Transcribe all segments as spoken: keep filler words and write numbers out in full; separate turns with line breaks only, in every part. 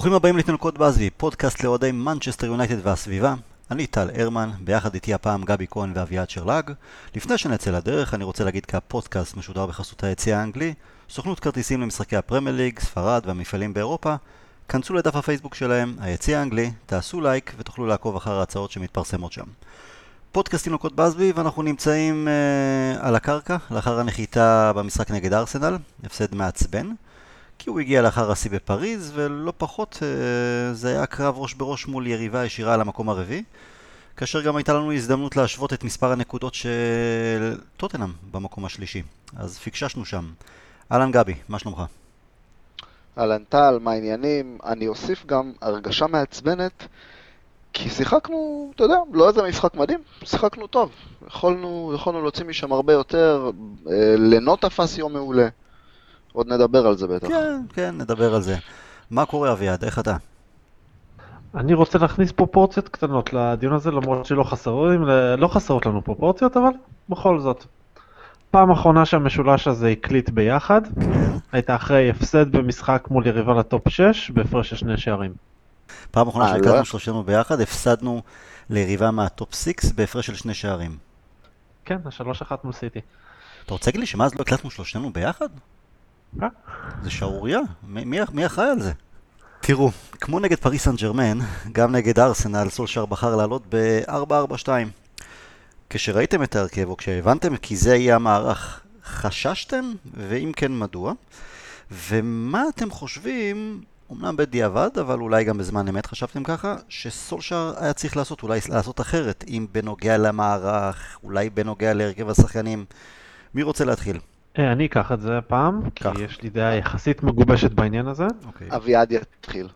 ברוכים הבאים לתינוקות באזבי, פודקאסט לאוהדי מנצ'סטר יונייטד והסביבה. אני טל הרמן, ביחד איתי הפעם גבי כהן ואביעד שרלג. לפני שנצא לדרך, אני רוצה להגיד כי הפודקאסט משודר בחסות היציע האנגלי, סוכנות כרטיסים למשחקי הפרמייר ליג, ספרד והמפעלים באירופה. כנסו לדף הפייסבוק שלהם, היציע האנגלי, תעשו לייק ותוכלו לעקוב אחר ההצעות שמתפרסמות שם. פודקאסט תינוקות באזבי, ואנחנו נמצאים אה, על הקרקע, לאחר הנחיתה במשחק נגד ארסנל, הפסד מעצבן. כי הוא הגיע לאחר השיא בפריז, ולא פחות זה היה קרב ראש בראש מול יריבה ישירה על המקום הרביעי, כאשר גם הייתה לנו הזדמנות להשוות את מספר הנקודות של טוטנהאם במקום השלישי. אז פיקששנו שם. אהלן גבי, מה שלומך?
אהלן טל, מה העניינים? אני אוסיף גם הרגשה מעצבנת, כי שיחקנו, אתה יודע, לא איזה משחק מדהים, שיחקנו טוב. יכולנו, יכולנו להוציא משם הרבה יותר, לנו תפס יום מעולה. עוד נדבר על זה בטח.
כן, כן, נדבר על זה. מה קורה אביעד? איך אתה?
אני רוצה להכניס פרופורציות קטנות לדיון הזה, למרות שלא חסרות, לא חסרות לנו פרופורציות, אבל בכל זאת. פעם אחרונה שהמשולש הזה הקליט ביחד, הייתה אחרי הפסד במשחק מול יריבה לטופ שש, בהפרש של שני שערים.
פעם אחרונה שהקלטנו שלושתנו ביחד, הפסדנו ליריבה מהטופ שש בהפרש של שני שערים.
כן, השלוש אחת מול סיטי.
אתה רוצה להגיד לי שמה אז לא הקלטנו שלושתנו ביחד? זה שערוריה, מי, מי אחראי על זה? תראו, כמו נגד פריס סן ג'רמן, גם נגד ארסנל סולשר בחר לעלות ב-ארבע ארבע שתיים. כשראיתם את ההרכב, או כשהבנתם כי זה יהיה המערך, חששתם? ואם כן, מדוע? ומה אתם חושבים, אמנם בדיעבד, אבל אולי גם בזמן אמת חשבתם ככה, שסולשר היה צריך לעשות, אולי לעשות אחרת, אם בנוגע למערך, אולי בנוגע להרכב השחקנים. מי רוצה להתחיל?
אני אקח את זה הפעם, כי
כך.
יש לי דעה יחסית מגובשת בעניין הזה.
אוקיי.
אביעד יתחיל.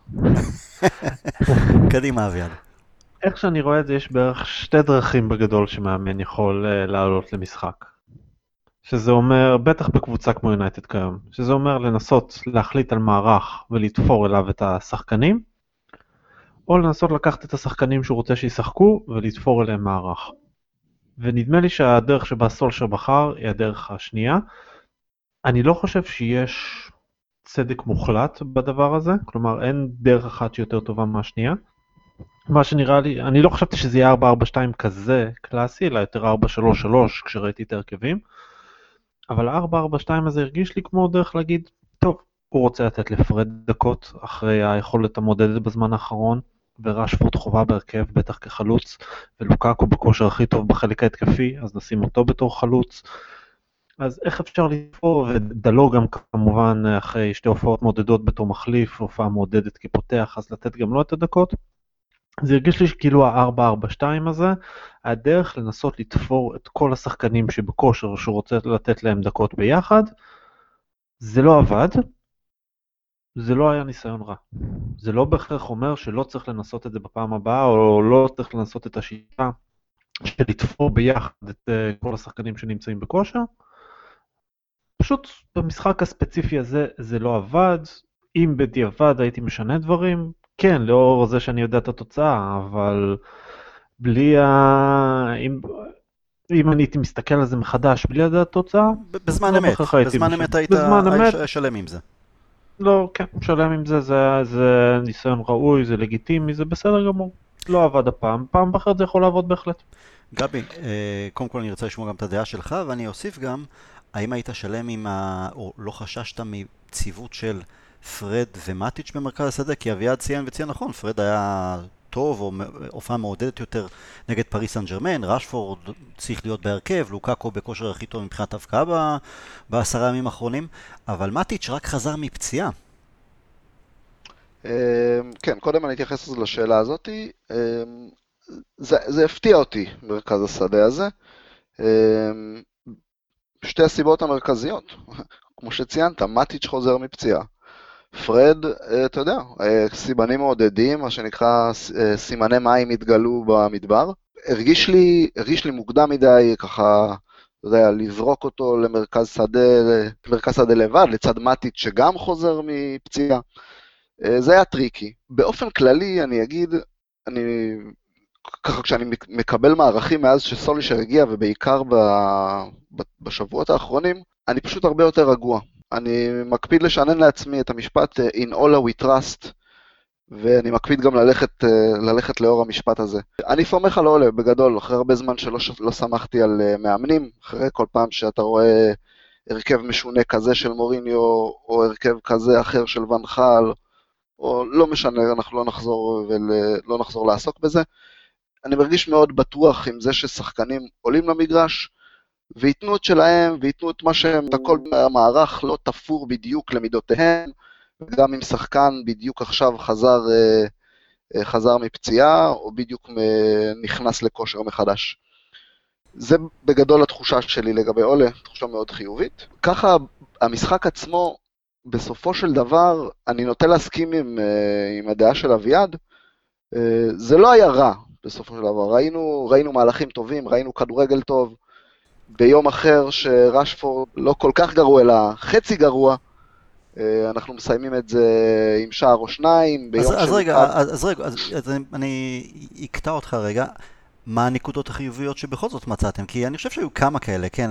קדימה אביעד.
איך שאני רואה את זה, יש בערך שתי דרכים בגדול שמאמן יכול uh, לעלות למשחק. שזה אומר, בטח בקבוצה כמו יונייטד כיום, שזה אומר לנסות להחליט על מערך ולתפור אליו את השחקנים, או לנסות לקחת את השחקנים שהוא רוצה שישחקו ולתפור אליהם מערך. ונדמה לי שהדרך שבה סולשר בחר היא הדרך השנייה. אני לא חושב שיש צדק מוחלט בדבר הזה, כלומר אין דרך אחת שיותר טובה מהשנייה. מה שנראה לי, אני לא חשבתי שזה יהיה ארבע ארבע שתיים כזה קלאסי, אלא יותר ארבע שלוש שלוש כשראיתי את הרכבים. אבל ארבע ארבע שתיים הזה הרגיש לי כמו דרך להגיד, טוב, הוא רוצה לתת לפרד דקות אחרי היכולת המודדת בזמן האחרון, ורשפורד חובה בהרכב, בטח כחלוץ, ולוקאקו בכושר הכי טוב בחלק ההתקפי, אז נשים אותו בתור חלוץ. אז איך אפשר לפעור, ודלו גם כמובן אחרי שתי הופעות מודדות בתור מחליף, הופעה מודדת כפותח, אז לתת גם לו את הדקות. זה הרגיש לי שכאילו ה-ארבע ארבע שתיים הזה, הדרך לנסות לתפור את כל השחקנים שבכושר שהוא רוצה לתת להם דקות ביחד, זה לא עבד, זה לא היה ניסיון רע. זה לא בהכרח אומר שלא צריך לנסות את זה בפעם הבאה, או לא צריך לנסות את השיטה של לתפור ביחד את כל השחקנים שנמצאים בכושר. פשוט במשחק הספציפי הזה זה לא עבד. אם בדיעבד הייתי משנה דברים, כן, לאור זה שאני יודע את התוצאה, אבל בלי ה... אם... אם אני הייתי מסתכל על זה מחדש, בלי לדעת התוצאה,
בזמן אמת, בזמן אמת היית שלם עם זה.
לא, כן, שלם עם זה, זה, זה ניסיון ראוי, זה לגיטימי, זה בסדר גמור. לא עבד הפעם, פעם בחרת זה יכול לעבוד בהחלט.
גבי, קודם כל אני רוצה לשמוע גם את הדעה שלך, ואני אוסיף גם, האם היית שלם עם ה... או לא חששת מציוות של פרד ומטיץ' במרכז השדה? כי אביעד ציין וציין נכון, פרד היה טוב, או הופעה מעודדת יותר נגד פריס סן ג'רמן, רשפורד צריך להיות בהרכב, לוקאקו בכושר הכי טוב מבחינת ההבקעה בעשרה ימים האחרונים, אבל מטיץ' רק חזר מפציעה.
כן, קודם אני אתייחס לשאלה הזאת. זה, זה הפתיע אותי, מרכז השדה הזה. שתי הסיבות המרכזיות, כמו שציינת, מטיץ' חוזר מפציעה. פרד, אתה יודע, סימנים מעודדים, מה שנקרא סימני מים התגלו במדבר. הרגיש לי, הרגיש לי מוקדם מדי, ככה, אתה יודע, לזרוק אותו למרכז שדה, למרכז שדה לבד, לצד מטיץ' שגם חוזר מפציעה. זה היה טריקי. באופן כללי, אני אגיד, אני, ככה כשאני מקבל מערכים מאז שסולישר הגיע, ובעיקר בשבועות האחרונים, אני פשוט הרבה יותר רגוע. אני מקפיד לשנן לעצמי את המשפט In Allah we trust, ואני מקפיד גם ללכת, ללכת לאור המשפט הזה. אני סומך על אולה, בגדול, אחרי הרבה זמן שלא לא שמחתי על מאמנים, אחרי כל פעם שאתה רואה הרכב משונה כזה של מוריניו, או הרכב כזה אחר של ונחל, או לא משנה, אנחנו לא נחזור, ולא נחזור לעסוק בזה. אני מרגיש מאוד בטוח עם זה ששחקנים עולים למגרש, ויתנו את שלהם, ויתנו את מה שהם, את הכל המערך לא תפור בדיוק למידותיהם, וגם אם שחקן בדיוק עכשיו חזר, חזר מפציעה, או בדיוק נכנס לכושר מחדש. זה בגדול התחושה שלי לגבי אולה, תחושה מאוד חיובית. ככה המשחק עצמו, בסופו של דבר, אני נוטה להסכים עם, עם הדעה של אביעד, זה לא היה רע בסופו של דבר. ראינו, ראינו מהלכים טובים, ראינו כדורגל טוב, ביום אחר שרשפורד לא כל כך גרוע, אלא חצי גרוע, אנחנו מסיימים את זה עם שער או שניים, ביום
אז,
של...
אז רגע, אז, אז רגע, אז, אז אני אקטע אותך רגע, מה הנקודות החיוביות שבכל זאת מצאתם? כי אני חושב שהיו כמה כאלה, כן,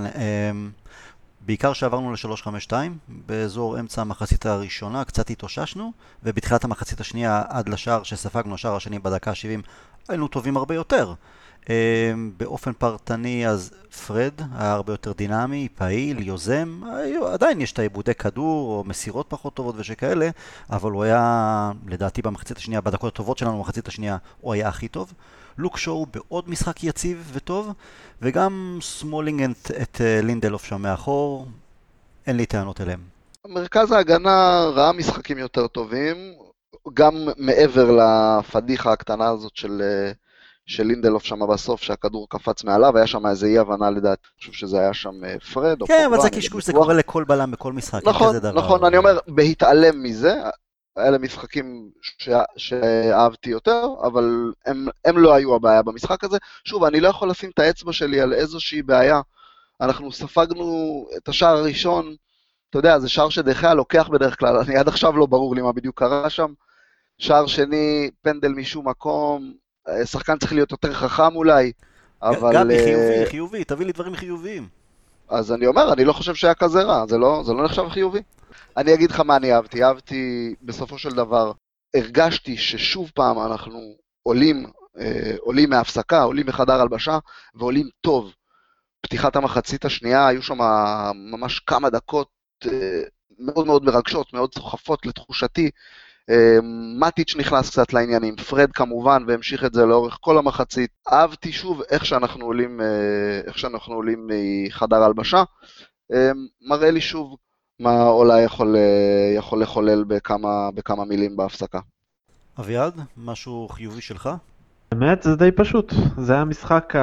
בעיקר שעברנו ל-שלוש חמש שתיים, באזור אמצע המחצית הראשונה, קצת התאוששנו, ובתחילת המחצית השנייה עד לשער שספגנו, השער השני בדקה ה-שבעים, היינו טובים הרבה יותר. באופן פרטני אז פרד היה הרבה יותר דינמי, פעיל, יוזם, עדיין יש את העיבודי כדור או מסירות פחות טובות ושכאלה, אבל הוא היה לדעתי במחצית השנייה, בדקות הטובות שלנו במחצית השנייה הוא היה הכי טוב. לוק שואו בעוד משחק יציב וטוב, וגם סמולינג את, את לינדלוף שם מאחור, אין לי טענות אליהם.
מרכז ההגנה ראה משחקים יותר טובים, גם מעבר לפדיחה הקטנה הזאת של... של לינדלוף שם בסוף, שהכדור קפץ מעליו, היה שם איזה אי הבנה לדעת, אני חושב שזה היה שם פרד או
פוגבה. כן, אבל זה קשקוש, זה קורה לכל בלם בכל משחק.
נכון, נכון, אני אומר, בהתעלם מזה, אלה משחקים שאהבתי יותר, אבל הם, הם לא היו הבעיה במשחק הזה. שוב, אני לא יכול לשים את האצבע שלי על איזושהי בעיה. אנחנו ספגנו את השער הראשון, אתה יודע, זה שער שדחיה לוקח בדרך כלל, אני עד עכשיו לא ברור לי מה בדיוק קרה שם. שער שני, פנדל משום מקום, שחקן צריך להיות יותר חכם אולי, אבל...
גם חיובי, חיובי, תביא לי דברים חיוביים.
אז אני אומר, אני לא חושב שהיה כזה רע, זה לא, זה לא נחשב חיובי. אני אגיד לך מה אני אהבתי, אהבתי בסופו של דבר, הרגשתי ששוב פעם אנחנו עולים, עולים מההפסקה, עולים מחדר הלבשה, ועולים טוב. פתיחת המחצית השנייה, היו שם ממש כמה דקות מאוד מאוד מרגשות, מאוד סוחפות לתחושתי, מטיץ' נכנס קצת לעניינים, פרד כמובן, והמשיך את זה לאורך כל המחצית. אהבתי שוב איך שאנחנו עולים, איך שאנחנו עולים מחדר הלבשה, מראה לי שוב מה אולי יכול, יכול לחולל בכמה, בכמה מילים בהפסקה.
אביעד, משהו חיובי שלך?
באמת זה די פשוט, זה היה משחק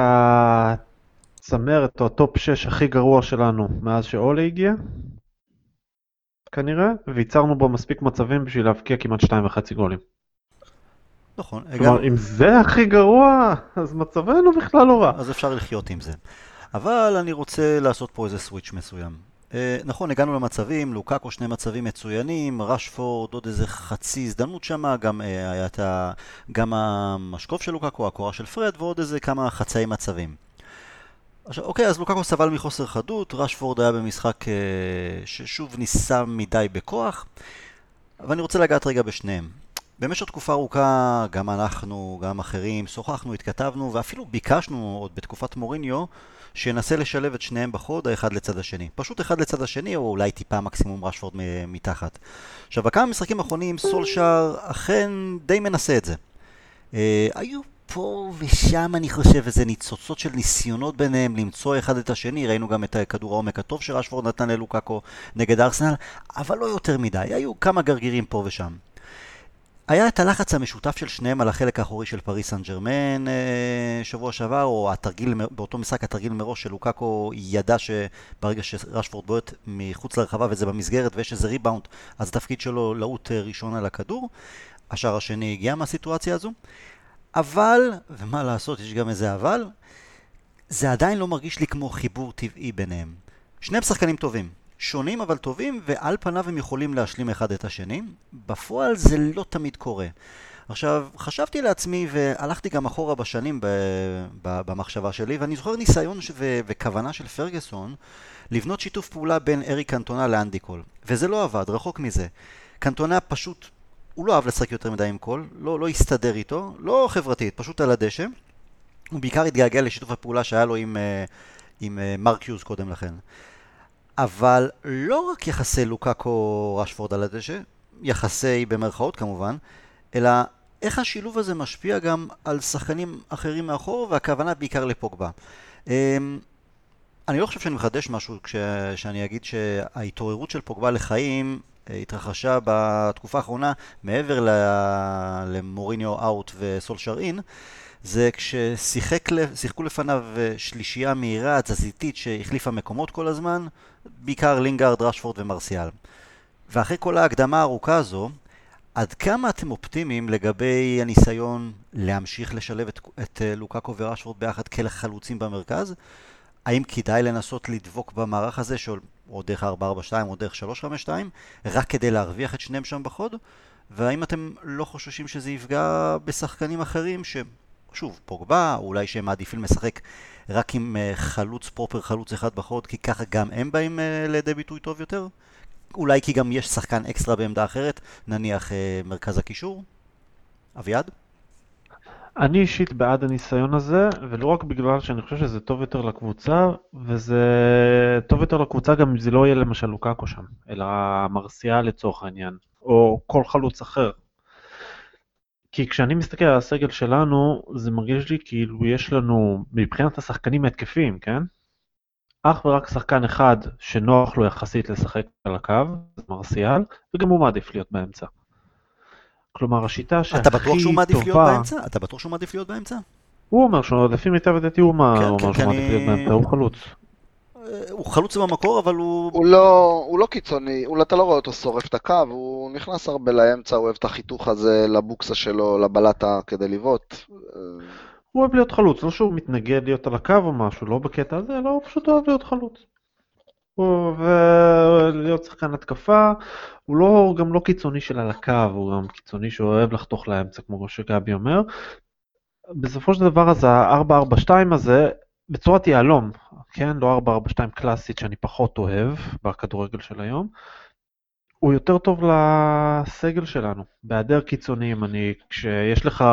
הצמרת או הטופ שש הכי גרוע שלנו מאז שאולה הגיע. כנראה, וייצרנו בו מספיק מצבים בשביל להבקיע כמעט שתיים וחצי גולים.
נכון.
כלומר, אם זה הכי גרוע, אז מצבנו בכלל לא רע.
אז אפשר לחיות עם זה. אבל אני רוצה לעשות פה איזה סוויץ' מסוים. אה, נכון, הגענו למצבים, לוקאקו שני מצבים מצוינים, רשפורד עוד איזה חצי הזדמנות שמה, גם אה, היה את ה... גם המשקוף של לוקאקו, הקורה של פרד, ועוד איזה כמה חצאי מצבים. עכשיו, אוקיי, אז לוקאקו סבל מחוסר חדות, רשפורד היה במשחק אה, ששוב ניסה מדי בכוח, אבל אני רוצה לגעת רגע בשניהם. במשך תקופה ארוכה, גם אנחנו, גם אחרים, שוחחנו, התכתבנו, ואפילו ביקשנו עוד בתקופת מוריניו, שינסה לשלב את שניהם בחוד, האחד לצד השני. פשוט אחד לצד השני, או אולי טיפה מקסימום רשפורד מתחת. עכשיו, בכמה משחקים האחרונים, סולשר אכן די מנסה את זה. אה, היו פה ושם אני חושב איזה ניצוצות של ניסיונות ביניהם למצוא אחד את השני, ראינו גם את כדור העומק הטוב שרשפורד נתן ללוקאקו נגד ארסנל, אבל לא יותר מדי, היו כמה גרגירים פה ושם. היה את הלחץ המשותף של שניהם על החלק האחורי של פריס סן ז'רמן שבוע שעבר, או התרגיל, באותו משחק התרגיל מראש של לוקאקו ידע שברגע שרשפורד בועט מחוץ לרחבה וזה במסגרת ויש איזה ריבאונד, אז התפקיד שלו לעוט ראשון על הכדור, השער השני הגיע מהסיטואציה הזו. אבל, ומה לעשות, יש גם איזה אבל, זה עדיין לא מרגיש לי כמו חיבור טבעי ביניהם. שני שחקנים טובים, שונים אבל טובים, ועל פניו הם יכולים להשלים אחד את השני. בפועל זה לא תמיד קורה. עכשיו, חשבתי לעצמי, והלכתי גם אחורה בשנים ב- ב- במחשבה שלי, ואני זוכר ניסיון ש- ו- וכוונה של פרגוסון, לבנות שיתוף פעולה בין אריק קנטונה לאנדי קול. וזה לא עבד, רחוק מזה. קנטונה פשוט הוא לא אהב לשחק יותר מדי עם קול, לא, לא הסתדר איתו, לא חברתית, פשוט על הדשא. הוא בעיקר התגעגע לשיתוף הפעולה שהיה לו עם, אה, עם אה, מרקיוס קודם לכן. אבל לא רק יחסי לוקאקו רשפורד על הדשא, יחסי במרכאות כמובן, אלא איך השילוב הזה משפיע גם על שחקנים אחרים מאחור, והכוונה בעיקר לפוגבה. אני לא חושב שאני מחדש משהו כשאני אגיד שההתעוררות של פוגבה לחיים התרחשה בתקופה האחרונה מעבר למוריניו אאוט וסולשר אין, זה כששיחקו לפניו שלישייה מהירה, תזזיתית, שהחליפה מקומות כל הזמן, בעיקר לינגארד, רשפורד ומרסיאל. ואחרי כל ההקדמה הארוכה הזו, עד כמה אתם אופטימיים לגבי הניסיון להמשיך לשלב את, את לוקאקו ורשפורד ביחד כחלוצים במרכז? האם כדאי לנסות לדבוק במערך הזה, או דרך ארבע ארבע שתיים או דרך שלוש חמש שתיים, רק כדי להרוויח את שניהם שם בחוד? והאם אתם לא חוששים שזה יפגע בשחקנים אחרים ש... שוב, פוגבה, אולי שהם מעדיפים לשחק רק עם חלוץ פרופר, חלוץ אחד בחוד, כי ככה גם הם באים לידי ביטוי טוב יותר? אולי כי גם יש שחקן אקסטרה בעמדה אחרת, נניח מרכז הקישור? אביעד?
אני אישית בעד הניסיון הזה, ולא רק בגלל שאני חושב שזה טוב יותר לקבוצה, וזה טוב יותר לקבוצה גם אם זה לא יהיה למשל לוקאקו שם, אלא מרסיאל לצורך העניין, או כל חלוץ אחר. כי כשאני מסתכל על הסגל שלנו, זה מרגיש לי כאילו יש לנו, מבחינת השחקנים ההתקפיים, כן? אך ורק שחקן אחד שנוח לו יחסית לשחק על הקו, זה מרסיאל, וגם הוא מעדיף להיות באמצע. כלומר, השיטה שהכי טובה...
אתה בטוח שהוא מעדיף להיות באמצע? אתה בטוח שהוא מעדיף להיות באמצע?
הוא אומר שהוא, לפי מיטב ידיעתי, הוא אומר שהוא מעדיף להיות באמצע, הוא חלוץ.
הוא חלוץ במקור, אבל הוא...
הוא לא, הוא לא קיצוני, הוא, אתה לא רואה אותו שורף את הקו, הוא נכנס הרבה לאמצע, הוא אוהב את החיתוך הזה לבוקסה שלו, לבלטה כדי לבעוט.
הוא אוהב להיות חלוץ, לא שהוא מתנגד להיות על הקו או משהו, לא בקטע הזה, לא, הוא פשוט אוהב להיות חלוץ. ולהיות שחקן התקפה, הוא לא, גם לא קיצוני של על הקו, הוא גם קיצוני שאוהב לחתוך לאמצע, כמו שגבי אומר. בסופו של דבר, אז ה-ארבע ארבע שתיים הזה, בצורת יעלום, כן? לא ארבע ארבע שתיים קלאסית שאני פחות אוהב בכדורגל של היום, הוא יותר טוב לסגל שלנו. בהיעדר קיצוניים, אני, כשיש לך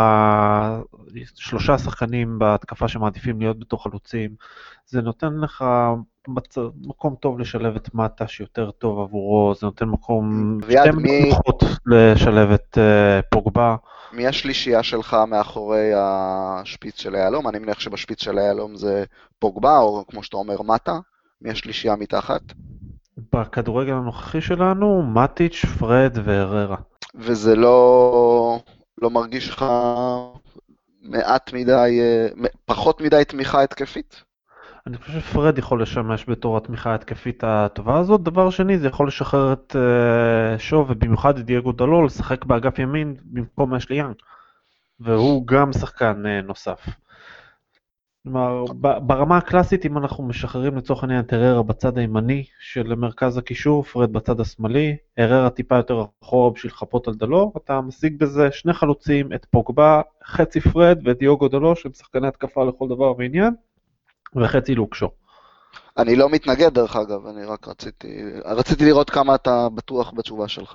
שלושה שחקנים בהתקפה שמעדיפים להיות בתוך חלוצים, זה נותן לך מצ... מקום טוב לשלב את מטה שיותר טוב עבורו, זה נותן מקום שתי מקומות לשלב את uh, פוגבה.
מי השלישייה שלך מאחורי השפיץ של היעלום? אני מניח שבשפיץ של היעלום זה פוגבה, או כמו שאתה אומר מטה. מי השלישייה מתחת?
בכדורגל הנוכחי שלנו, מטיץ', פרד והררה.
וזה לא, לא מרגיש לך מעט מדי, פחות מדי תמיכה התקפית?
אני חושב שפרד יכול לשמש בתור התמיכה ההתקפית הטובה הזאת. דבר שני, זה יכול לשחרר את uh, שוב, ובמיוחד את דייגו דלו, לשחק באגף ימין במקום אשלי יאנג. והוא גם שחקן uh, נוסף. כלומר, ברמה הקלאסית, אם אנחנו משחררים לצורך העניין את הררה בצד הימני של מרכז הקישור, פרד בצד השמאלי, הררה טיפה יותר אחורה בשביל לחפות על דלו, אתה משיג בזה שני חלוצים, את פוגבה, חצי פרד ואת דייגו דלו, שהם שחקני התקפה לכל דבר ועניין, וחצי לוקשו.
אני לא מתנגד דרך אגב, אני רק רציתי, רציתי לראות כמה אתה בטוח בתשובה שלך.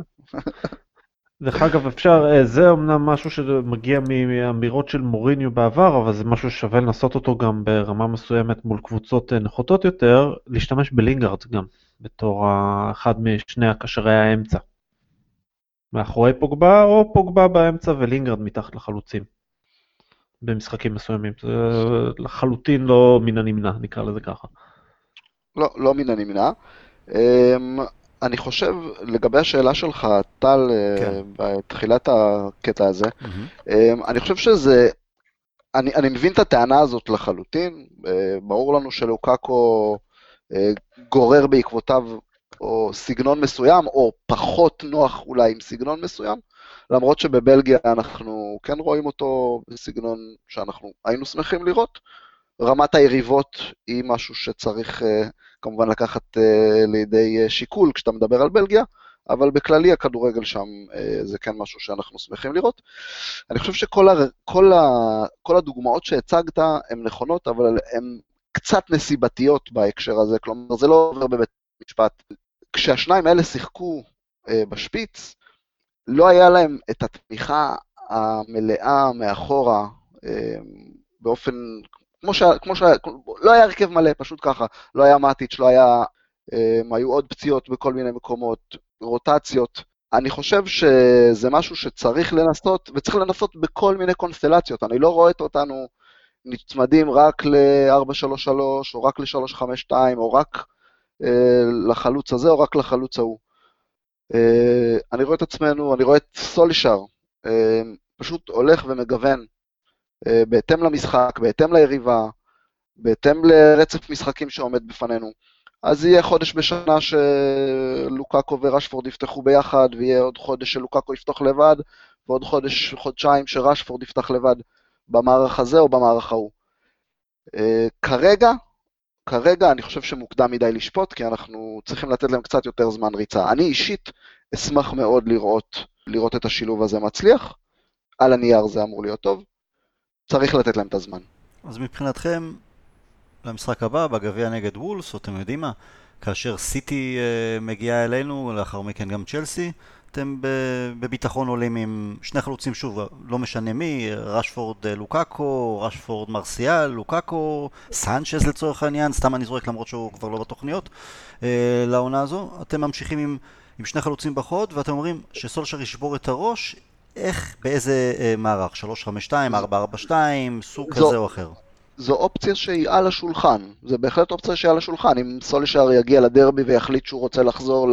דרך אגב, אפשר, זה אמנם משהו שמגיע מאמירות של מוריניו בעבר, אבל זה משהו ששווה לנסות אותו גם ברמה מסוימת מול קבוצות נחותות יותר, להשתמש בלינגארד גם, בתור אחד משני הקשרי האמצע. מאחורי פוגבה, או פוגבה באמצע ולינגארד מתחת לחלוצים. במשחקים מסוימים. זה לחלוטין לא מן הנמנע, נקרא לזה ככה.
לא, לא מן הנמנע. אני חושב, לגבי השאלה שלך, טל, כן. בתחילת הקטע הזה, mm-hmm. אני חושב שזה, אני, אני מבין את הטענה הזאת לחלוטין, ברור לנו שלוקאקו גורר בעקבותיו או סגנון מסוים, או פחות נוח אולי עם סגנון מסוים, למרות שבבלגיה אנחנו כן רואים אותו בסגנון שאנחנו היינו שמחים לראות. רמת היריבות היא משהו שצריך כמובן לקחת לידי שיקול כשאתה מדבר על בלגיה, אבל בכללי הכדורגל שם זה כן משהו שאנחנו שמחים לראות. אני חושב שכל ה, כל ה, כל הדוגמאות שהצגת הן נכונות, אבל הן קצת נסיבתיות בהקשר הזה, כלומר זה לא עובר בבית משפט. כשהשניים האלה שיחקו בשפיץ, לא היה להם את התמיכה המלאה מאחורה, באופן, כמו ש... כמו ש... לא היה הרכב מלא, פשוט ככה, לא היה מאטיץ', לא היה, היו עוד פציעות בכל מיני מקומות, רוטציות. אני חושב שזה משהו שצריך לנסות, וצריך לנסות בכל מיני קונסטלציות. אני לא רואה אותנו נצמדים רק ל-ארבע שלוש שלוש, או רק ל-שלוש חמש שתיים, או רק אה, לחלוץ הזה, או רק לחלוץ ההוא. אה, אני רואה את עצמנו, אני רואה את סולישר, אה, פשוט הולך ומגוון, אה, בהתאם למשחק, בהתאם ליריבה, בהתאם לרצף משחקים שעומד בפנינו. אז יהיה חודש בשנה שלוקאקו ורשפורד יפתחו ביחד, ויהיה עוד חודש שלוקאקו יפתח לבד, ועוד חודש, חודשיים שרשפורד יפתח לבד במערך הזה או במערך ההוא. Uh, כרגע, כרגע אני חושב שמוקדם מדי לשפוט, כי אנחנו צריכים לתת להם קצת יותר זמן ריצה. אני אישית אשמח מאוד לראות, לראות את השילוב הזה מצליח, על הנייר זה אמור להיות טוב, צריך לתת להם את הזמן.
אז מבחינתכם, למשחק הבא, בגביע נגד וולס, או אתם יודעים מה, כאשר סיטי uh, מגיעה אלינו, לאחר מכן גם צ'לסי, אתם בביטחון עולים עם שני חלוצים, שוב, לא משנה מי, רשפורד לוקאקו, רשפורד מרסיאל, לוקאקו, סנצ'ז לצורך העניין, סתם אני זורק למרות שהוא כבר לא בתוכניות, uh, לעונה הזו. אתם ממשיכים עם, עם שני חלוצים בחוד, ואתם אומרים שסולשר ישבור את הראש, איך, באיזה uh, מערך? שלוש חמש שתיים, ארבע ארבע שתיים, סוג
זו...
כזה או אחר?
זו אופציה שהיא על השולחן, זה בהחלט אופציה שהיא על השולחן, אם סולישר יגיע לדרבי ויחליט שהוא רוצה לחזור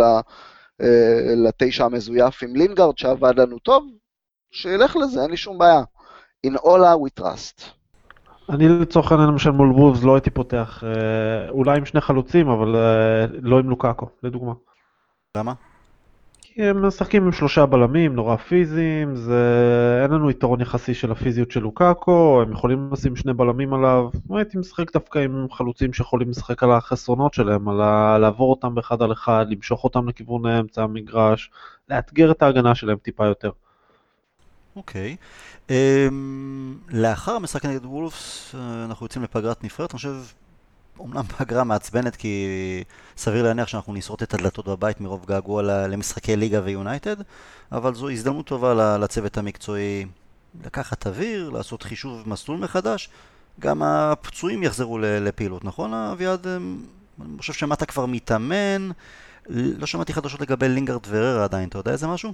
לתשע המזויף עם לינגארד שעבד לנו טוב, שילך לזה, אין לי שום בעיה. In all we trust.
אני לצורך העניין למשל מול וולפס לא הייתי פותח, אולי עם שני חלוצים, אבל לא עם לוקאקו, לדוגמה.
למה?
כי הם משחקים עם שלושה בלמים, נורא פיזיים, זה... אין לנו יתרון יחסי של הפיזיות של לוקאקו, הם יכולים לשים שני בלמים עליו, הייתי משחק דווקא עם חלוצים שיכולים לשחק על החסרונות שלהם, על ה... לעבור אותם באחד על אחד, למשוך אותם לכיוון האמצע המגרש, לאתגר את ההגנה שלהם טיפה יותר.
אוקיי. Okay. Um, לאחר המשחק נגד וולפס, אנחנו יוצאים לפגרת נפרדת, אני חושב... אומנם פגרה מעצבנת כי סביר להניח שאנחנו נשרוט את הדלתות בבית מרוב געגוע למשחקי ליגה ויונייטד, אבל זו הזדמנות טובה לצוות המקצועי לקחת אוויר, לעשות חישוב מסלול מחדש, גם הפצועים יחזרו לפעילות, נכון אביעד? אני חושב שמעת כבר מתאמן, לא שמעתי חדשות לגבי לינגארד וררה עדיין, אתה יודע איזה משהו?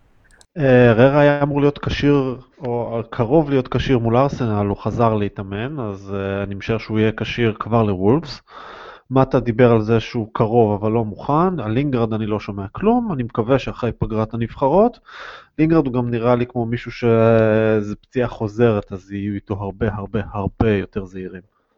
ררה היה אמור להיות כשיר, או קרוב להיות כשיר מול ארסנל, הוא חזר להתאמן, אז אני משער שהוא יהיה כשיר כבר לוולפס. מטה דיבר על זה שהוא קרוב אבל לא מוכן, על לינגרד אני לא שומע כלום, אני מקווה שאחרי פגרת הנבחרות, לינגרד הוא גם נראה לי כמו מישהו שזה פציעה חוזרת, אז יהיו איתו הרבה הרבה הרבה יותר זהירים.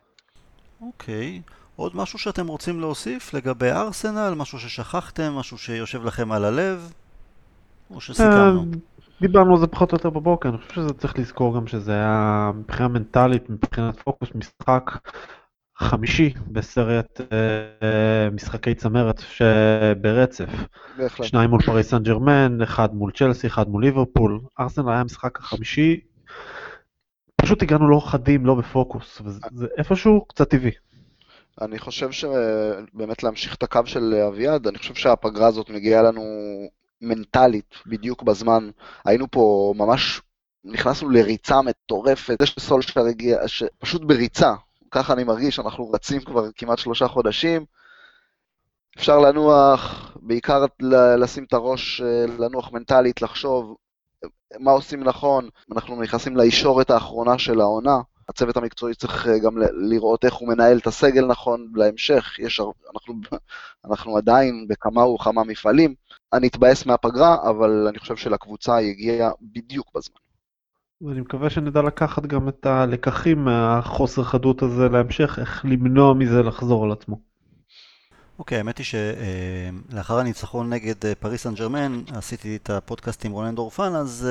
אוקיי, עוד משהו שאתם רוצים להוסיף לגבי ארסנל, משהו ששכחתם, משהו שיושב לכם על הלב? או שסיכמנו?
דיברנו על זה פחות או יותר בבוקר, אני חושב שזה צריך לזכור גם שזה היה מבחינה מנטלית, מבחינת פוקוס, משחק חמישי בסרט אה, משחקי צמרת שברצף. בהחלט. שניים מול פריס סן ג'רמן, אחד מול צ'לסי, אחד מול ליברפול. ארסנל היה המשחק החמישי, פשוט הגענו לא חדים, לא בפוקוס, וזה איפשהו קצת טבעי.
אני חושב שבאמת להמשיך את הקו של אביעד, אני חושב שהפגרה הזאת מגיעה לנו מנטלית, בדיוק בזמן, היינו פה ממש, נכנסנו לריצה מטורפת, זה שסולשר הגיע, פשוט בריצה, ככה אני מרגיש, אנחנו רצים כבר כמעט שלושה חודשים, אפשר לנוח, בעיקר לשים את הראש, לנוח מנטלית, לחשוב מה עושים נכון, אנחנו נכנסים לישורת האחרונה של העונה, הצוות המקצועי צריך גם לראות איך הוא מנהל את הסגל נכון להמשך, יש, אנחנו, אנחנו עדיין בכמה וכמה מפעלים, אני אתבאס מהפגרה, אבל אני חושב שלקבוצה היא הגיעה בדיוק בזמן.
ואני מקווה שנדע לקחת גם את הלקחים מהחוסר חדות הזה להמשך, איך למנוע מזה לחזור על עצמו.
אוקיי, האמת היא שלאחר הניצחון נגד פריס סן ג'רמן, עשיתי את הפודקאסט עם רונן דורפן, אז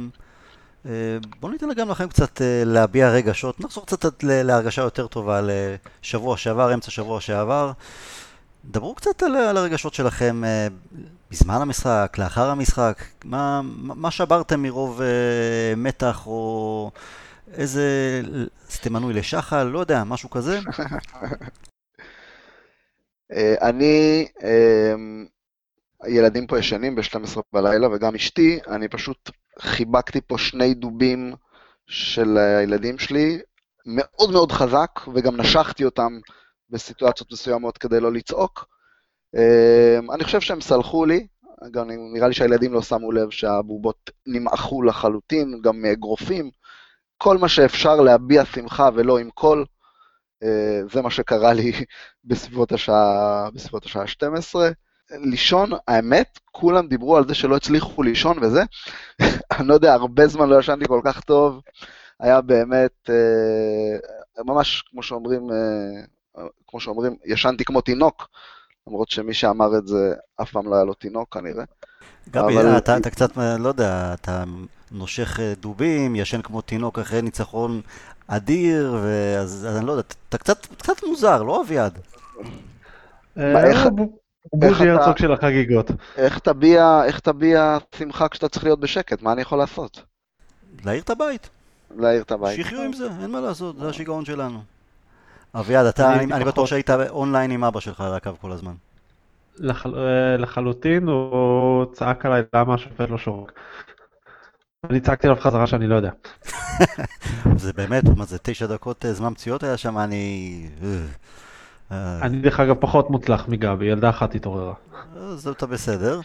בואו ניתן גם לכם קצת להביע רגשות, נחזור קצת להרגשה יותר טובה לשבוע שעבר, אמצע שבוע שעבר. דברו קצת על, על הרגשות שלכם בזמן המשחק, לאחר המשחק, מה, מה שברתם מרוב מתח או איזה סתמנוי לשחל, לא יודע, משהו כזה?
אני הילדים פה ישנים ב-שתים עשרה בלילה, וגם אשתי, אני פשוט חיבקתי פה שני דובים של הילדים שלי, מאוד מאוד חזק, וגם נשכתי אותם בסיטואציות מסוימות כדי לא לצעוק. אני חושב שהם סלחו לי, גם נראה לי שהילדים לא שמו לב שהבובות נמעכו לחלוטין, גם מאגרופים, כל מה שאפשר להביע שמחה ולא עם קול, זה מה שקרה לי בסביבות השעה, בסביבות השעה שתים עשרה. לישון, האמת, כולם דיברו על זה שלא הצליחו לישון וזה, אני לא יודע, הרבה זמן לא ישנתי כל כך טוב, היה באמת, ממש כמו שאומרים, כמו שאומרים, ישנתי כמו תינוק, למרות שמי שאמר את זה אף פעם לא היה לו תינוק כנראה.
גבי,
אבל...
אתה, אתה קצת, לא יודע, אתה נושך דובים, ישן כמו תינוק אחרי ניצחון אדיר, ואז אז אני לא יודע, אתה קצת, קצת מוזר, לא אביעד?
מה, איך...
בוז'י הרצוג של החגיגות.
איך תביע, איך תביע שמחה כשאתה צריך להיות בשקט? מה אני יכול לעשות?
להעיר את הבית.
להעיר את הבית.
שיחיו עם זה, אין מה לעשות, זה השיגעון שלנו. אביעד, אתה, אני, אני בטוח שהיית אונליין עם אבא שלך על הקו כל הזמן.
לחל... לחלוטין, הוא צעק עליי למה השופט לא שורק. אני צעקתי עליו חזרה שאני לא יודע.
זה באמת, מה זה, תשע דקות זמן פציעות היה שם, אני...
אני דרך אגב פחות מוצלח מגבי, ילדה אחת התעוררה.
אז אתה בסדר.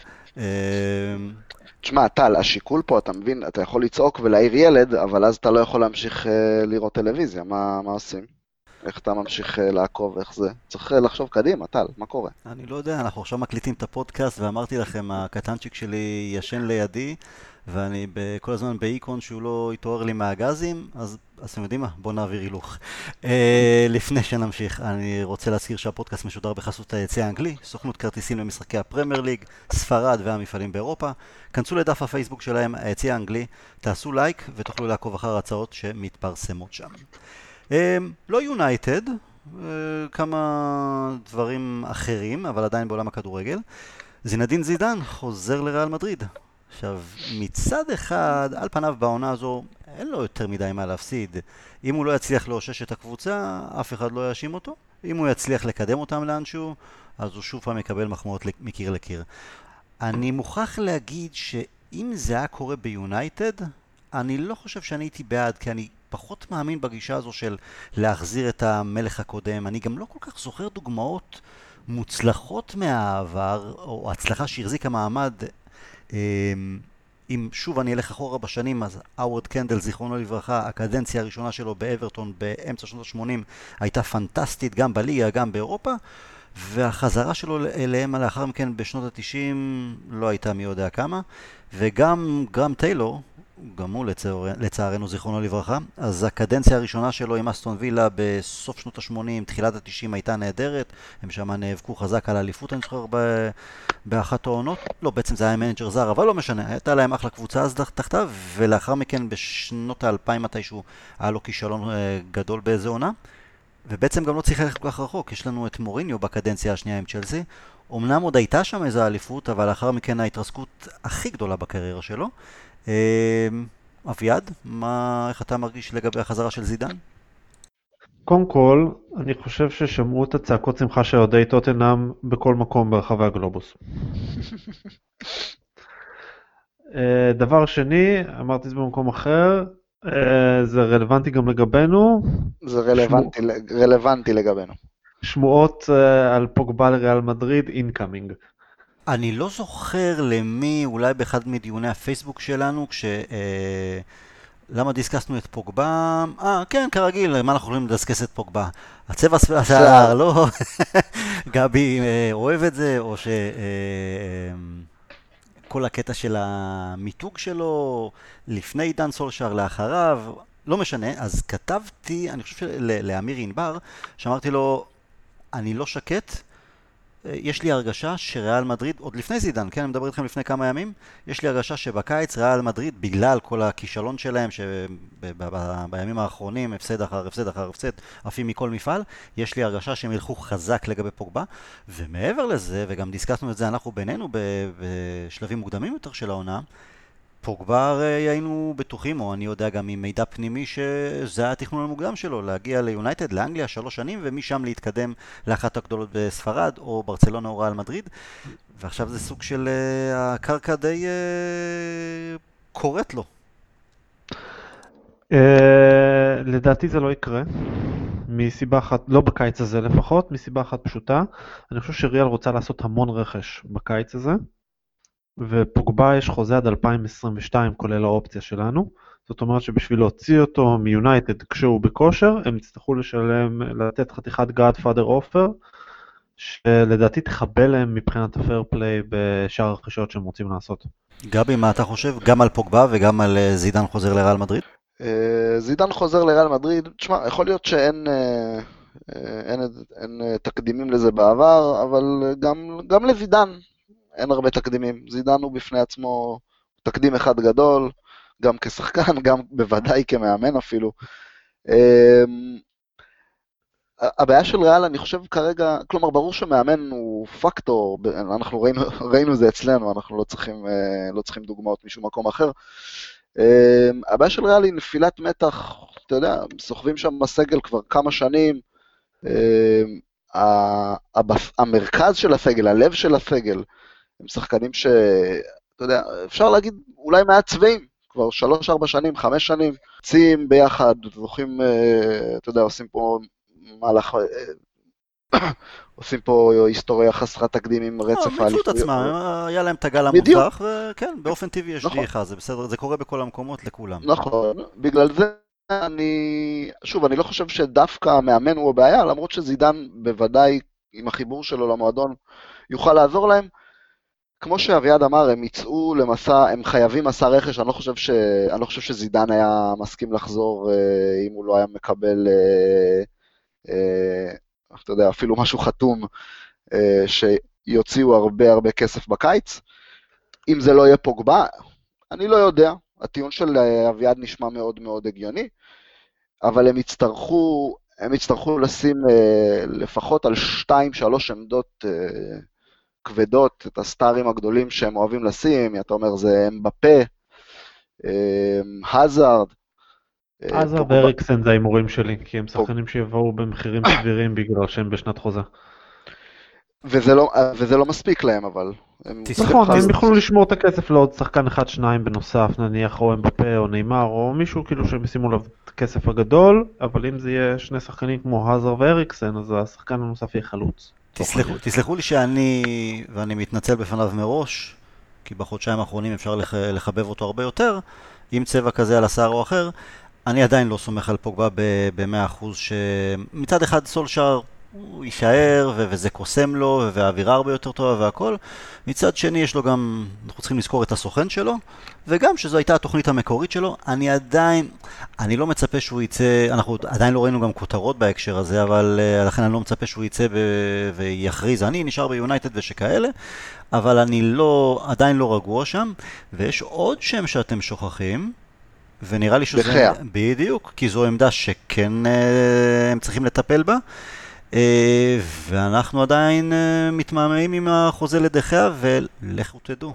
תשמע, טל, השיקול פה, אתה מבין, אתה יכול לצעוק ולהעיר ילד, אבל אז אתה לא יכול להמשיך לראות טלוויזיה, מה, מה עושים? איך אתה ממשיך לעקוב, איך זה? צריך לחשוב קדימה, טל, מה קורה?
אני לא יודע, אנחנו עכשיו מקליטים את הפודקאסט, ואמרתי לכם, הקטנצ'יק שלי ישן לידי, ואני כל הזמן באיקון שהוא לא יתעורר לי מהגזים, אז אתם יודעים מה? בואו נעביר הילוך. לפני שנמשיך, אני רוצה להזכיר שהפודקאסט משודר בחסות היציע האנגלי, סוכנות כרטיסים למשחקי הפרמייר ליג, ספרד והמפעלים באירופה. כנסו לדף הפייסבוק שלהם, היציע האנגלי, תעשו לייק ותוכלו לעקוב אחר ההצעות שמתפרסמות שם. לא יונייטד, כמה דברים אחרים, אבל עדיין בעולם הכדורגל. זינדין זידן חוזר לריאל מדריד. עכשיו, מצד אחד, על פניו בעונה הזו, אין לו יותר מדי מה להפסיד. אם הוא לא יצליח לאושש את הקבוצה, אף אחד לא יאשים אותו. אם הוא יצליח לקדם אותם לאנשהו, אז הוא שוב פעם יקבל מחמאות מקיר לקיר. אני מוכרח להגיד שאם זה היה קורה ביונייטד, אני לא חושב שאני הייתי בעד, כי אני פחות מאמין בגישה הזו של להחזיר את המלך הקודם. אני גם לא כל כך זוכר דוגמאות מוצלחות מהעבר, או הצלחה שהחזיקה מעמד. אם שוב אני אלך אחורה בשנים, אז אוורד קנדל, זיכרונו לברכה, הקדנציה הראשונה שלו באברטון באמצע שנות ה-שמונים הייתה פנטסטית גם בליגה, גם באירופה, והחזרה שלו אליהם לאחר מכן בשנות ה-תשעים לא הייתה מי יודע כמה, וגם גרם טיילור, גם הוא לצער, לצערנו זיכרונו לברכה, אז הקדנציה הראשונה שלו עם אסטון וילה בסוף שנות ה-שמונים, תחילת ה-תשעים הייתה נהדרת, הם שם נאבקו חזק על האליפות, אני זוכר ב... באחת העונות, לא, בעצם זה היה מנג'ר זר, אבל לא משנה, הייתה להם אחלה קבוצה אז תחתיו, ולאחר מכן בשנות ה-אלפיים מתישהו היה לו כישלון גדול באיזה עונה, ובעצם גם לא צריך ללכת כל כך רחוק, יש לנו את מוריניו בקדנציה השנייה עם צ'לסי, אמנם עוד הייתה שם איזו אליפות, אבל לאחר מכן ההתרסקות הכי גדולה בקריירה שלו. אביעד, מה, איך אתה מרגיש לגבי החזרה של זידן?
קודם כל, אני חושב ששמעו את הצעקות שמחה של אוהדי טוטנהאם בכל מקום ברחבי הגלובוס. דבר שני, אמרתי זה במקום אחר, זה רלוונטי גם לגבינו.
זה רלוונטי, שמוע... רלוונטי לגבינו.
שמועות על פוגבה לריאל מדריד, אינקאמינג.
אני לא זוכר למי, אולי באחד מדיוני הפייסבוק שלנו, כש... אה, למה דיסקסנו את פוגבה? אה, כן, כרגיל, מה אנחנו יכולים לדסקס את פוגבה? הצבע השיער, לא? גבי אה, אוהב את זה, או ש... אה, כל הקטע של המיתוג שלו, לפני עידן סולשר, לאחריו, לא משנה, אז כתבתי, אני חושב לאמיר ענבר, שאמרתי לו, אני לא שקט, יש לי הרגשה שריאל מדריד, עוד לפני זידן, כן, אני מדבר איתכם לפני כמה ימים, יש לי הרגשה שבקיץ ריאל מדריד, בגלל כל הכישלון שלהם, שבימים האחרונים, הפסד אחר הפסד אחר הפסד, עפים מכל מפעל, יש לי הרגשה שהם ילכו חזק לגבי פוגבה, ומעבר לזה, וגם דיסקסנו את זה אנחנו בינינו בשלבים מוקדמים יותר של העונה, פוגבה הרי היינו בטוחים, או אני יודע גם ממידע פנימי, שזה היה התכנון המוקדם שלו, להגיע ליונייטד, לאנגליה, שלוש שנים, ומשם להתקדם לאחת הגדולות בספרד, או ברצלונה או ריאל מדריד, ועכשיו זה סוג של uh, הקרקע די uh, קוראת לו.
Uh, לדעתי זה לא יקרה, מסיבה אחת, לא בקיץ הזה לפחות, מסיבה אחת פשוטה. אני חושב שריאל רוצה לעשות המון רכש בקיץ הזה, ופוגבה יש חוזה עד אלפיים עשרים ושתיים כולל האופציה שלנו, זאת אומרת שבשביל להוציא אותו מיונייטד כשהוא בכושר, הם יצטרכו לשלם, לתת חתיכת Godfather offer, שלדעתי תחבל להם מבחינת הפייר פליי בשאר הרכישות שהם רוצים לעשות.
גבי, מה אתה חושב? גם על פוגבה וגם על זידן חוזר לריאל מדריד?
זידן חוזר לריאל מדריד, תשמע, יכול להיות שאין אין, אין תקדימים לזה בעבר, אבל גם, גם לזידן אין הרבה תקדימים. זידן הוא בפני עצמו תקדים אחד גדול, גם כשחקן, גם בוודאי כמאמן אפילו. הבעיה של ריאל, אני חושב כרגע, כלומר, ברור שמאמן הוא פקטור, אנחנו ראינו, ראינו זה אצלנו, אנחנו לא צריכים, לא צריכים דוגמאות משום מקום אחר. הבעיה של ריאל היא נפילת מתח, אתה יודע, סוחבים שם בסגל כבר כמה שנים, המרכז של הסגל, הלב של הסגל, הם שחקנים ש, אתה יודע, אפשר להגיד אולי מעצבעים, כבר שלוש, ארבע שנים, חמש שנים, צים ביחד, זוכים, אתה יודע, עושים פה מהלך, עושים פה היסטוריה חסרת תקדים עם רצף
האליפויות. מיצו את עצמם, היה להם את הגל המובטח, וכן, באופן טבעי יש דעיכה, זה בסדר, זה קורה בכל המקומות לכולם.
נכון, בגלל זה אני, שוב, אני לא חושב שדווקא המאמן הוא הבעיה, למרות שזידן בוודאי עם החיבור שלו למועדון יוכל לעזור להם. כמו שאביעד אמר, הם יצאו למסע, הם חייבים מסע רכש, אני לא חושב ש, אני לא חושב שזידן היה מסכים לחזור אם הוא לא היה מקבל, אתה יודע, אפילו משהו חתום, שיוציאו הרבה הרבה כסף בקיץ. אם זה לא יהיה פוגבה, אני לא יודע, הטיעון של אביעד נשמע מאוד מאוד הגיוני, אבל הם יצטרכו, הם יצטרכו לשים לפחות על שתיים, שלוש עמדות כבדות, את הסטארים הגדולים שהם אוהבים לשים, אתה אומר זה אמבפה, הזארד.
הזארד ואריקסן זה ההימורים שלי, כי הם שחקנים שיבואו במחירים סבירים בגלל שהם בשנת חוזה.
וזה לא, וזה לא מספיק להם, אבל...
נכון, הם יכולו לשמור את הכסף לעוד שחקן אחד, שניים בנוסף, נניח או אמבפה או ניימר, או מישהו כאילו שהם ישימו לו את הכסף הגדול, אבל אם זה יהיה שני שחקנים כמו הזארד ואריקסן, אז השחקן הנוסף יהיה חלוץ.
תסלחו, תסלחו לי שאני, ואני מתנצל בפניו מראש, כי בחודשיים האחרונים אפשר לח, לחבב אותו הרבה יותר, עם צבע כזה על השיער או אחר, אני עדיין לא סומך על פוגבה ב-מאה אחוז, שמצד אחד סולשר הוא יישאר, ו- וזה קוסם לו, והאווירה הרבה יותר טובה והכל, מצד שני יש לו גם, אנחנו צריכים לזכור את הסוכן שלו, וגם שזו הייתה התוכנית המקורית שלו, אני עדיין, אני לא מצפה שהוא יצא, אנחנו עדיין לא ראינו גם כותרות בהקשר הזה, אבל uh, לכן אני לא מצפה שהוא יצא ב- ויחריז, אני נשאר ביונייטד ושכאלה, אבל אני לא, עדיין לא רגוע שם, ויש עוד שם שאתם שוכחים, ונראה לי שזה...
דחיה.
בדיוק, כי זו עמדה שכן uh, הם צריכים לטפל בה, Uh, ואנחנו עדיין uh, מתמהמהים עם החוזה לדחיה, ולכו תדעו.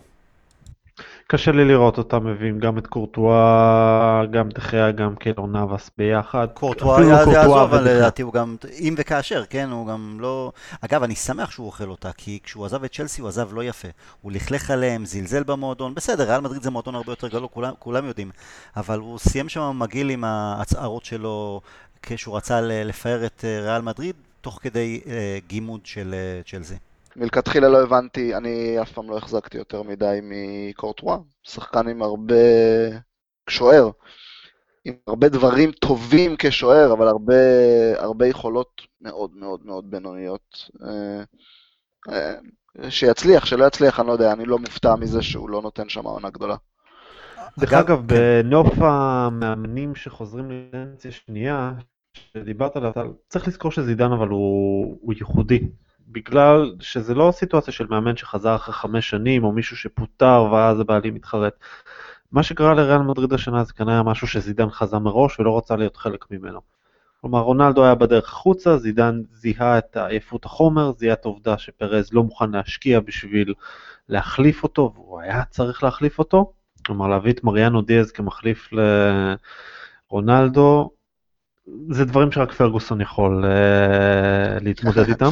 קשה לי לראות אותם מביאים גם את קורטואה, גם דחיה, גם קלור נאבס ביחד.
קורטואה יעזוב, אבל לדעתי הוא גם, אם וכאשר, כן, הוא גם לא... אגב, אני שמח שהוא אוכל אותה, כי כשהוא עזב את צ'לסי הוא עזב לא יפה. הוא לכלך עליהם, זלזל במועדון, בסדר, ריאל מדריד זה מועדון הרבה יותר גדול, כולם, כולם יודעים, אבל הוא סיים שם מגעיל עם ההצערות שלו, כשהוא רצה לפאר את ריאל מדריד, תוך כדי uh, גימוד של uh, צ'לסי.
מלכתחילה לא הבנתי, אני אף פעם לא החזקתי יותר מדי מקורטואה, שחקן עם הרבה שוער, עם הרבה דברים טובים כשוער, אבל הרבה, הרבה יכולות מאוד מאוד מאוד בינוניות. Uh, uh, שיצליח, שלא יצליח, אני לא יודע, אני לא מופתע מזה שהוא לא נותן שם עונה גדולה.
דרך אגב, בנוף המאמנים שחוזרים לנציה שנייה, שדיברת עליו, צריך לזכור שזידן אבל הוא, הוא ייחודי, בגלל שזה לא סיטואציה של מאמן שחזר אחרי חמש שנים, או מישהו שפוטר ואז הבעלים מתחרט. מה שקרה לריאל מדריד השנה זה כנראה משהו שזידן חזה מראש ולא רצה להיות חלק ממנו. כלומר, רונלדו היה בדרך החוצה, זידן זיהה את עייפות החומר, זיהה את העובדה שפרז לא מוכן להשקיע בשביל להחליף אותו, והוא היה צריך להחליף אותו, כלומר להביא את מריאנו דיאז כמחליף לרונלדו, זה דברים שרק פרגוסון יכול uh, להתמודד איתם.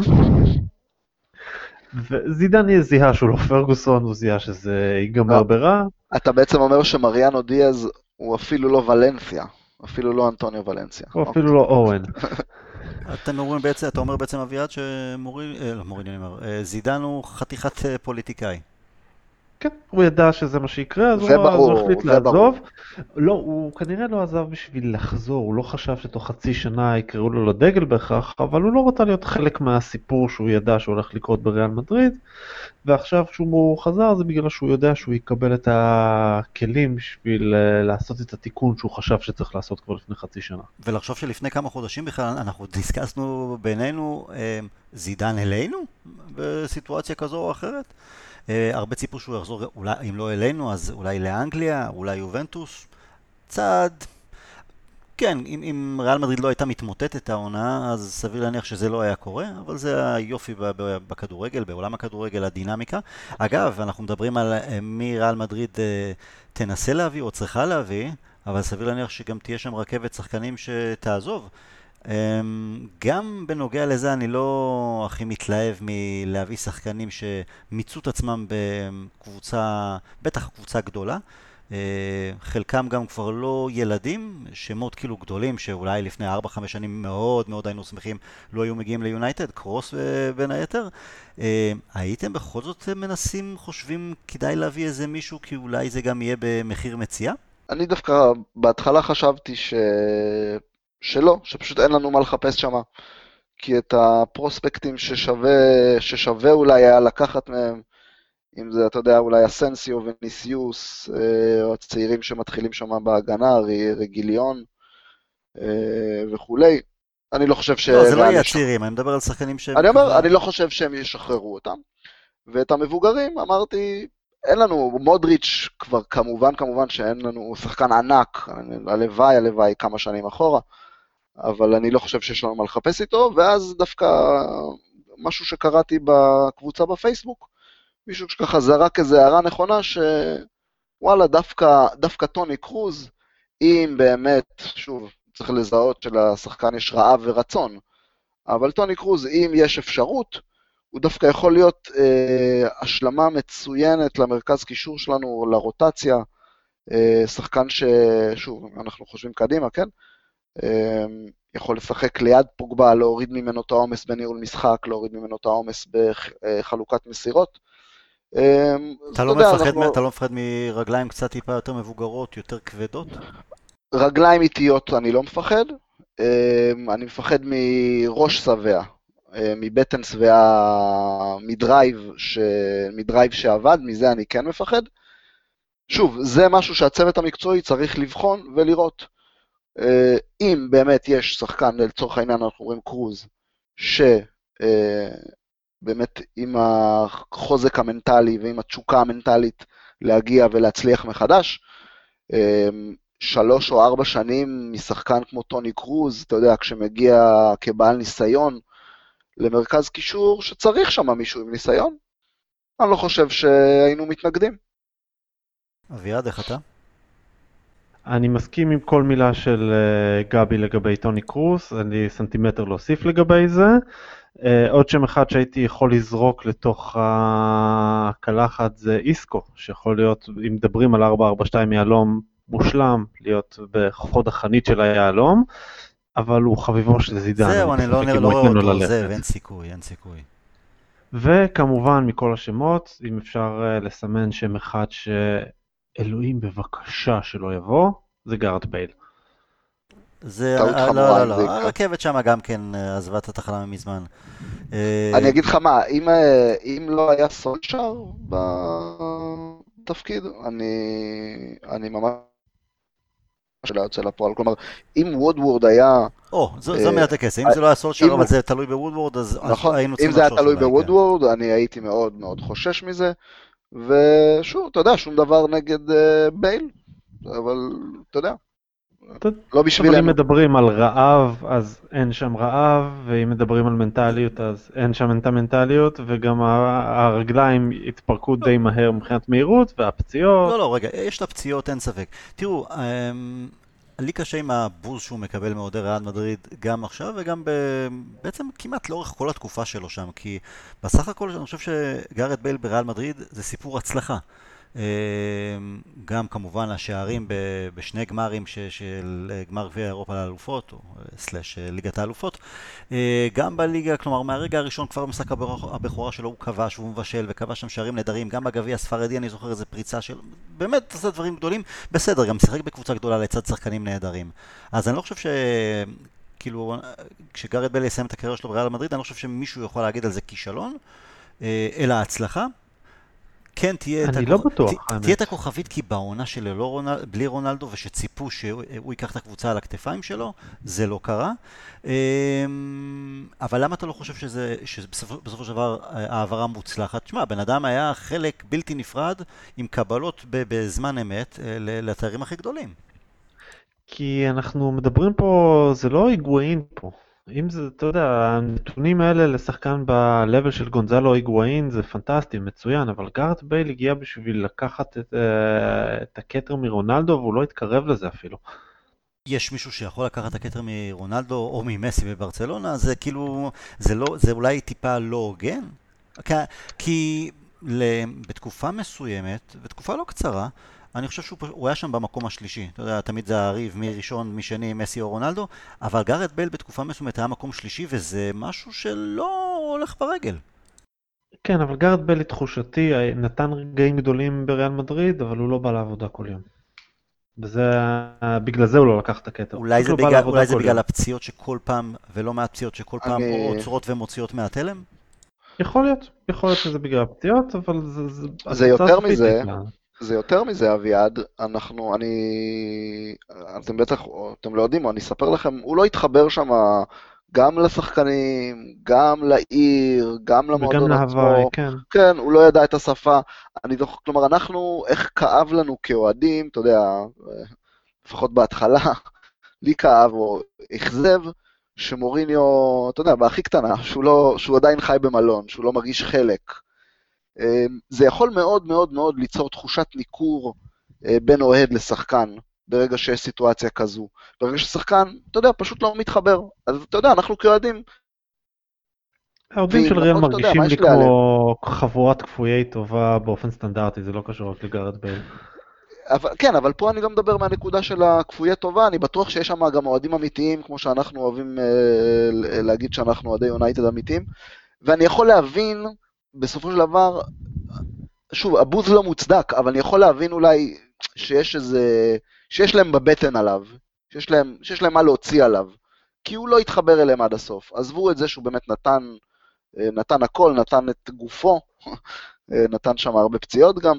וזידן זיהה שהוא לא פרגוסון, הוא זיהה שזה ייגמר ברע.
אתה בעצם אומר שמריאנו דיאז הוא אפילו לא ולנסיה, אפילו לא אנטוניו ולנסיה.
הוא אפילו לא אורן.
אתם אומרים בעצם, אתה אומר בעצם אביעד שמוריניו, זידן הוא חתיכת פוליטיקאי.
כן, הוא ידע שזה מה שיקרה, אז הוא החליט לעזוב. לא, הוא כנראה לא עזב בשביל לחזור, הוא לא חשב שתוך חצי שנה יקראו לו לדגל בהכרח, אבל הוא לא רצה להיות חלק מהסיפור שהוא ידע שהוא הולך לקרות בריאל מדריד, ועכשיו כשהוא חזר זה בגלל שהוא יודע שהוא יקבל את הכלים בשביל לעשות את התיקון שהוא חשב שצריך לעשות כבר לפני חצי שנה.
ולחשוב שלפני כמה חודשים בכלל אנחנו דיסקסנו בינינו זידן אלינו בסיטואציה כזו או אחרת. Uh, הרבה ציפו שהוא יחזור, אולי, אם לא אלינו, אז אולי לאנגליה, אולי יובנטוס. צעד, כן, אם, אם ריאל מדריד לא הייתה מתמוטטת העונה, אז סביר להניח שזה לא היה קורה, אבל זה היופי בכדורגל, בעולם הכדורגל, הדינמיקה. אגב, אנחנו מדברים על uh, מי ריאל מדריד uh, תנסה להביא או צריכה להביא, אבל סביר להניח שגם תהיה שם רכבת שחקנים שתעזוב. גם בנוגע לזה אני לא הכי מתלהב מלהביא שחקנים שמיצו את עצמם בקבוצה, בטח קבוצה גדולה. חלקם גם כבר לא ילדים, שמות כאילו גדולים שאולי לפני ארבע חמש שנים מאוד מאוד היינו שמחים לא היו מגיעים ליונייטד, קרוס בין היתר. הייתם בכל זאת מנסים, חושבים כדאי להביא איזה מישהו כי אולי זה גם יהיה במחיר מציאה?
אני דווקא בהתחלה חשבתי ש... שלא, שפשוט אין לנו מה לחפש שמה, כי את הפרוספקטים ששווה, ששווה אולי היה לקחת מהם, אם זה, אתה יודע, אולי אסנסיו וניסיוס, או הצעירים שמתחילים שמה בהגנה, רגיליון וכולי, אני לא חושב ש...
לא, זה לא יהיה הצעירים, אני מדבר על שחקנים שהם...
אני אומר, אני לא חושב שהם ישחררו אותם, ואת המבוגרים אמרתי, אין לנו, מודריץ' כבר כמובן, כמובן שאין לנו שחקן ענק, הלוואי, הלוואי כמה שנים אחורה, אבל אני לא חושב שיש לנו מה לחפש איתו, ואז דווקא משהו שקראתי בקבוצה בפייסבוק, מישהו שככה זרק איזו הערה נכונה, שוואלה, דווקא, דווקא טוני קרוז, אם באמת, שוב, צריך לזהות שלשחקן יש רעב ורצון, אבל טוני קרוז, אם יש אפשרות, הוא דווקא יכול להיות אה, השלמה מצוינת למרכז קישור שלנו, לרוטציה, אה, שחקן ששוב, אנחנו חושבים קדימה, כן? אה, יכול לשחק ליד פוגבה, להוריד ממנו את העומס בניהול משחק, להוריד ממנו את העומס בחלוקת מסירות. אה,
אתה, לא יודע, מפחד, אנחנו... אתה לא מפחד מרגליים קצת טיפה יותר מבוגרות, יותר כבדות?
רגליים איטיות אני לא מפחד, אה, אני מפחד מראש שבע. מבטן שבעה, מדרייב, ש... מדרייב שעבד, מזה אני כן מפחד. שוב, זה משהו שהצוות המקצועי צריך לבחון ולראות. אם באמת יש שחקן, לצורך העניין אנחנו רואים קרוז, שבאמת עם החוזק המנטלי ועם התשוקה המנטלית להגיע ולהצליח מחדש, שלוש או ארבע שנים משחקן כמו טוני קרוז, אתה יודע, כשמגיע כבעל ניסיון, למרכז קישור שצריך שם מישהו עם ניסיון, אני לא חושב שהיינו מתנגדים.
אביעד, איך אתה?
אני מסכים עם כל מילה של גבי לגבי טוני קרוס, אני סנטימטר להוסיף לגבי זה. עוד שם אחד שהייתי יכול לזרוק לתוך הקלחת זה איסקו, שיכול להיות, אם מדברים על ארבע ארבע שתיים יעלום מושלם, להיות בחוד החנית של היעלום, אבל הוא חביבו של זידן.
זהו, אני לא רואה אותו, זה, ואין סיכוי, אין סיכוי.
וכמובן, מכל השמות, אם אפשר לסמן שם אחד שאלוהים בבקשה שלא יבוא, זה גארד בייל.
זה, לא, לא, לא, הרכבת שם גם כן עזבה את התחנה מזמן.
אני אגיד לך מה, אם לא היה סולשר בתפקיד, אני ממש... של היוצא לפועל, כלומר, אם וודוורד היה...
או, זו מילת הכסף, אם זה לא היה סולשר, אבל זה תלוי בוודוורד, אז היינו צריכים
לחשוש. אם זה היה תלוי בוודוורד, אני הייתי מאוד מאוד חושש מזה, ושוב, אתה יודע, שום דבר נגד בייל, אבל אתה יודע, לא
אבל אם
בשבילנו.
מדברים על רעב, אז אין שם רעב, ואם מדברים על מנטליות, אז אין שם את המנטליות, וגם ה- הרגליים התפרקו די מהר מבחינת מהירות,
לא,
והפציעות.
לא, רגע, יש את הפציעות, אין ספק. תראו, אמ, לי קשה עם הבוז שהוא מקבל מאוהדי ריאל מדריד גם עכשיו וגם ב... בעצם כמעט לאורך כל התקופה שלו שם, כי בסך הכל אני חושב שגארד בייל בריאל מדריד זה סיפור הצלחה. אמ, גם כמובן השערים ב- בשני גמרים ש- של אה, גמר גביע אירופה לאלופות, או אה, סלאש אה, ליגת האלופות. אה, גם בליגה, כלומר מהרגע הראשון כבר במשחק הבכורה הבכורה שלו הוא כבש והוא מבשל וכבש שם שערים נהדרים, גם בגביע הספרדי אני זוכר איזה פריצה של... באמת עשה דברים גדולים, בסדר, גם שיחק בקבוצה גדולה לצד שחקנים נהדרים. אז אני לא חושב ש... כאילו, כשגארד בייל יסיים את הקריירה שלו בריאל מדריד, אני לא חושב שמישהו יכול להגיד על זה כישלון, אה, אלא הצלחה. כן, תהיה את,
אני לא
הכוכ... ת...
בטוח,
תהיה את
האמת.
הכוכבית, כי בעונה שלו רונל... בלי רונלדו ושציפו שהוא ייקח את הקבוצה על הכתפיים שלו, זה לא קרה. אמ, אבל למה אתה לא חושב שזה, שבסופו בסופו של דבר העברה מוצלחת? תשמע, בן אדם היה חלק בלתי נפרד עם קבלות ב... בזמן אמת ל- לתארים הכי גדולים.
כי אנחנו מדברים פה, זה לא היגואין פה. אם זה, אתה יודע, הנתונים האלה לשחקן ב-level של גונזלו היגואין זה פנטסטי, מצוין, אבל גארד בייל הגיע בשביל לקחת את, אה, את הכתר מרונלדו והוא לא התקרב לזה אפילו.
יש מישהו שיכול לקחת את הכתר מרונלדו או ממסי בברצלונה, זה כאילו, זה לא, זה אולי טיפה לא הוגן. כי, כי ל- בתקופה מסוימת, בתקופה לא קצרה, אני חושב שהוא פש- הוא היה שם במקום השלישי. אתה יודע, תמיד זה הריב מי ראשון, מי שני, מסי או רונלדו, אבל גארד בייל בתקופה מסוימת היה מקום שלישי, וזה משהו שלא הולך ברגל.
כן, אבל גארד בייל לתחושתי נתן רגעים גדולים בריאל מדריד, אבל הוא לא בא לעבודה כל יום. וזה, בגלל זה הוא לא לקח את הכתר, הוא
אולי
פשוט
זה
לא בא
בגלל,
לעבודה
אולי זה
כל
בגלל
יום.
הפציעות שכל פעם, ולא מעט פציעות שכל פעם
אני...
עוצרות ומוציאות מהתלם?
יכול להיות, יכול להיות שזה בגלל הפציעות, אבל זה, זה,
זה
התוצאה
יותר
הסופית
מזה,
הייתה.
זה יותר מזה, אביעד, אנחנו, אני, אתם בטח, אתם לא יודעים, אני אספר לכם, הוא לא התחבר שם גם לשחקנים, גם לעיר, גם
וגם
למועדון
להוואי,
עצמו,
כן.
כן, הוא לא ידע את השפה, אני זוכר, כלומר, אנחנו, איך כאב לנו כאוהדים, אתה יודע, לפחות בהתחלה, לי כאב או אכזב, שמוריניו, אתה יודע, בהכי קטנה, שהוא, לא, שהוא עדיין חי במלון, שהוא לא מרגיש חלק. זה יכול מאוד מאוד מאוד ליצור תחושת ניכור בין אוהד לשחקן, ברגע שיש סיטואציה כזו. ברגע ששחקן, אתה יודע, פשוט לא מתחבר. אז אתה יודע, אנחנו כאוהדים,
האוהדים של ריאל
למרות שאתה יודע,
מרגישים
מה
לי
יש להיעלב?
כמו חבורת כפויי טובה באופן סטנדרטי, זה לא קשור רק לגארד בייל.
אבל, כן, אבל פה אני לא מדבר מהנקודה של הכפויי טובה, אני בטוח שיש שם גם אוהדים אמיתיים, כמו שאנחנו אוהבים אה, להגיד שאנחנו אוהדי יונייטד אמיתיים, ואני יכול להבין, בסופו של דבר, שוב, הבוז לא מוצדק, אבל אני יכול להבין אולי שיש איזה, שיש להם בבטן עליו, שיש להם, שיש להם מה להוציא עליו, כי הוא לא התחבר אליהם עד הסוף. עזבו את זה שהוא באמת נתן, נתן הכל, נתן את גופו, נתן שם הרבה פציעות גם.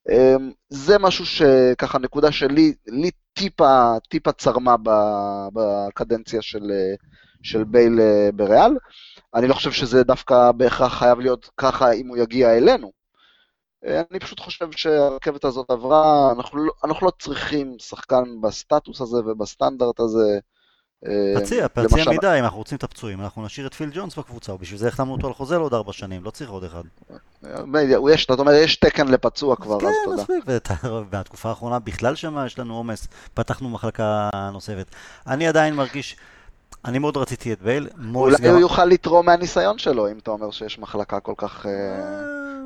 זה משהו שככה נקודה שלי, לי טיפה, טיפה צרמה בקדנציה של, של בייל בריאל. אני לא חושב שזה דווקא בהכרח חייב להיות ככה אם הוא יגיע אלינו. אני פשוט חושב שהרכבת הזאת עברה, אנחנו לא, אנחנו לא צריכים שחקן בסטטוס הזה ובסטנדרט הזה.
פציע, פציע
למשל,
מדי, אם אנחנו רוצים את הפצועים, אנחנו נשאיר את פיל ג'ונס בקבוצה, ובשביל זה החתמנו אותו על חוזה לעוד ארבע שנים, לא צריך עוד אחד.
יש, אתה אומר, יש תקן לפצוע
אז
כבר, אז
כן,
תודה.
מספיק, ובתקופה האחרונה בכלל שמה יש לנו עומס, פתחנו מחלקה נוספת. אני עדיין מרגיש, אני מאוד רציתי את בייל, מויס
אולי
גם...
הוא יוכל לתרום מהניסיון שלו, אם אתה אומר שיש מחלקה כל כך...
אה,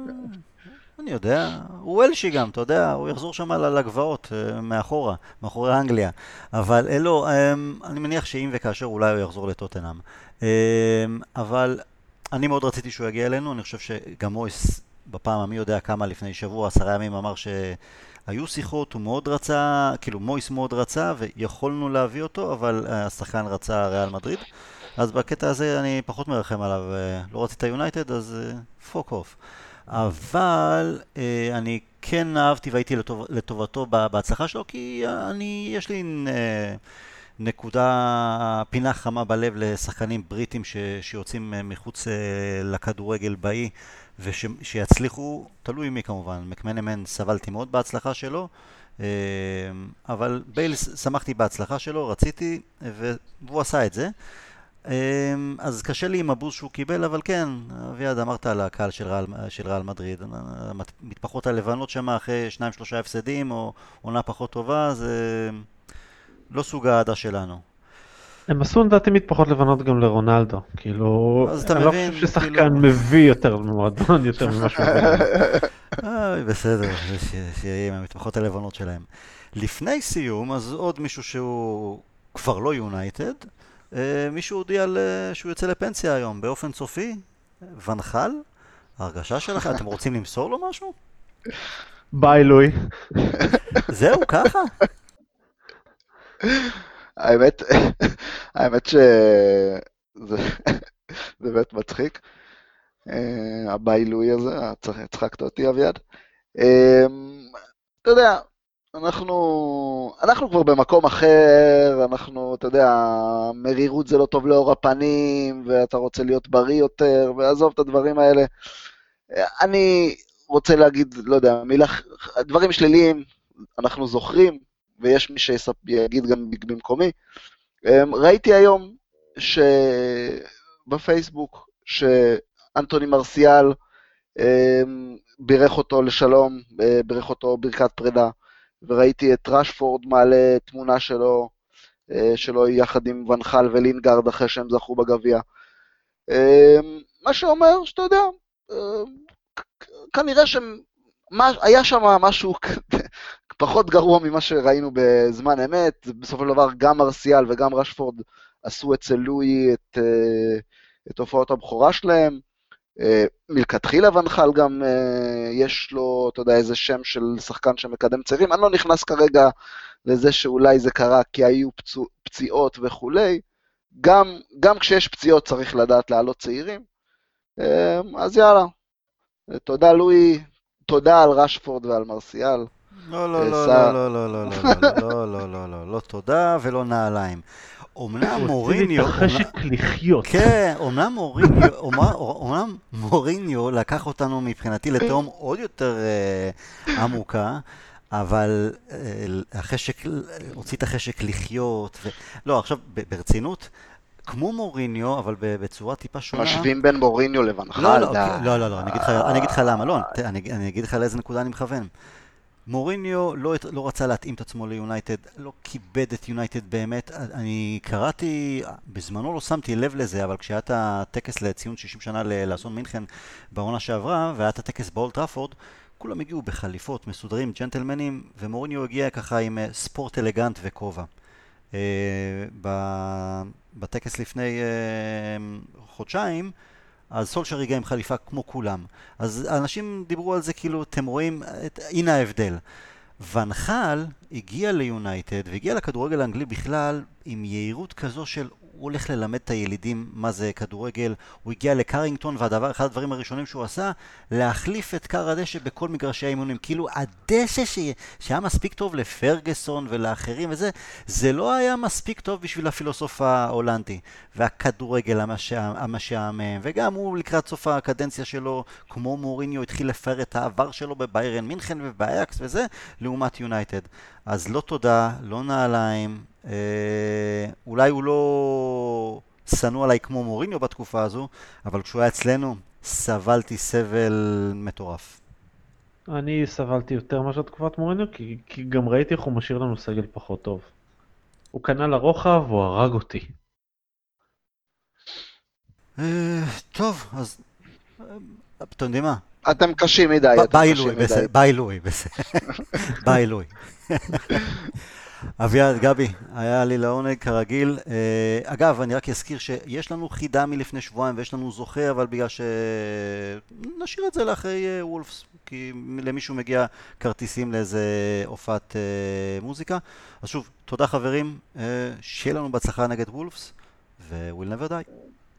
אני יודע, הוא וולשי גם, אתה יודע, הוא יחזור שם על הגבעות, אה, מאחורה, מאחורי אנגליה. אבל אה, לא, אה, אני מניח שאם וכאשר אולי הוא יחזור לטוטנהאם. אה, אבל אני מאוד רציתי שהוא יגיע אלינו, אני חושב שגם מויס בפעם המי יודע כמה לפני שבוע, עשרה ימים אמר שהיו שיחות, הוא מאוד רצה, כאילו מויס מאוד רצה ויכולנו להביא אותו, אבל אה, השחקן רצה ריאל מדריד. אז בקטע הזה אני פחות מרחם עליו, אה, לא רצית יונייטד, אז פוק אוף. אבל אה, אני כן אהבתי והייתי לטוב, לטובתו בהצלחה שלו, כי אני, יש לי אה, נקודה, פינה חמה בלב לשחקנים בריטים ש, שיוצאים מחוץ אה, לכדורגל באי, ושיצליחו, תלוי מי כמובן. מקמנמן סבלתי מאוד בהצלחה שלו, אבל בייל, שמחתי בהצלחה שלו, רציתי, והוא עשה את זה. אז קשה לי עם הבוז שהוא קיבל, אבל כן, אביעד, אמרת על הקהל של ריאל, של ריאל מדריד, המתפחות הלבנות שם אחרי שניים שלושה הפסדים, או עונה פחות טובה, זה לא סוג האהדה שלנו. הם
עשו לדעתי מטפחות לבנות גם לרונלדו, כאילו, אני לא חושב ששחקן מביא יותר למועדון, יותר ממה שהוא מביא.
בסדר, שיהיה עם המטפחות הלבנות שלהם. לפני סיום, אז עוד מישהו שהוא כבר לא יונייטד, מישהו הודיע שהוא יוצא לפנסיה היום, באופן סופי, ונחל, ההרגשה שלכם, אתם רוצים למסור לו משהו?
ביי לואי.
זהו, ככה?
האמת, האמת שזה באמת מצחיק, הביילוי הזה, הצחקת אותי אביעד. אתה יודע, אנחנו, אנחנו כבר במקום אחר, אנחנו, אתה יודע, מרירות זה לא טוב לאור הפנים, ואתה רוצה להיות בריא יותר, ועזוב את הדברים האלה. אני רוצה להגיד, לא יודע, מילה, דברים שליליים אנחנו זוכרים, ויש מי שיגיד גם במקומי. ראיתי היום שבפייסבוק שאנטוני מרסיאל בירך אותו לשלום, בירך אותו ברכת פרידה, וראיתי את רשפורד מעלה תמונה שלו, שלו יחד עם ונחל ולינגארד אחרי שהם זכו בגביע. מה שאומר שאתה יודע, כנראה שהיה שם משהו פחות גרוע ממה שראינו בזמן אמת. בסופו של דבר גם מרסיאל וגם רשפורד עשו אצל לואי את, את הופעות הבכורה שלהם. מלכתחילה ונחל גם יש לו, אתה יודע, איזה שם של שחקן שמקדם צעירים. אני לא נכנס כרגע לזה שאולי זה קרה כי היו פצוע, פציעות וכולי. גם, גם כשיש פציעות צריך לדעת לעלות צעירים. אז יאללה. תודה לואי, תודה על רשפורד ועל מרסיאל.
לא, לא, לא, לא, לא, לא, לא, לא, לא, לא, לא, לא, תודה ולא נעליים. אומנם מוריניו...
הוא חשק לחיות.
כן, אומנם מוריניו, אומנם מוריניו לקח אותנו מבחינתי לתהום עוד יותר עמוקה, אבל החשק, הוציא את החשק לחיות, לא, עכשיו ברצינות, כמו מוריניו, אבל בצורה טיפה שונה.
משווים בין מוריניו לבנחל.
לא, לא, לא, לא, אני אגיד לך למה, לא, אני אגיד לך לאיזה נקודה אני מכוון. מוריניו לא, לא רצה להתאים את עצמו ליונייטד, לא כיבד את יונייטד באמת. אני קראתי, בזמנו לא שמתי לב לזה, אבל כשהיה את הטקס לציון שישים שנה לאסון מינכן בעונה שעברה, והיה את הטקס באולד טראפורד, כולם הגיעו בחליפות, מסודרים, ג'נטלמנים, ומוריניו הגיע ככה עם ספורט אלגנט וכובע. בטקס לפני חודשיים, אז סולשר הגיע עם חליפה כמו כולם. אז אנשים דיברו על זה כאילו, אתם רואים, את, הנה ההבדל. ונחל הגיע ליונייטד, והגיע לכדורגל האנגלי בכלל, עם יעירות כזו של, הוא הולך ללמד את הילידים מה זה כדורגל, הוא הגיע לקרינגטון, והדבר, אחד הדברים הראשונים שהוא עשה, להחליף את קר הדשא בכל מגרשי האימונים. כאילו, הדשא ש... שהיה מספיק טוב לפרגסון ולאחרים וזה, זה לא היה מספיק טוב בשביל הפילוסוף ההולנדי. והכדורגל המשעמם, וגם הוא לקראת סוף הקדנציה שלו, כמו מוריניו, התחיל לפאר את העבר שלו בביירן מינכן ובאייקס וזה, לעומת יונייטד. אז לא תודה, לא נעליים, אה, אולי הוא לא סנו עליי כמו מוריניו בתקופה הזו, אבל כשהוא היה אצלנו, סבלתי סבל מטורף.
אני סבלתי יותר מאשר תקופת מוריניו, כי, כי גם ראיתי איך הוא משאיר לנו סגל פחות טוב. הוא קנה לרוחב, הוא הרג אותי.
אה, טוב, אז אתם יודעים מה?
אתם קשים מדי.
ביי לואי, בסדר, ביי לואי, בסדר. ביי לואי. אביעד, גבי, היה לי לעונג כרגיל. אגב, אני רק אזכיר שיש לנו חידה מלפני שבועיים ויש לנו זוכה, אבל בגלל שנשאיר את זה לאחרי וולפס, כי למישהו מגיע כרטיסים לאיזה הופעת מוזיקה. אז שוב, תודה חברים, שיהיה לנו בהצלחה נגד וולפס, ו-we'll never die.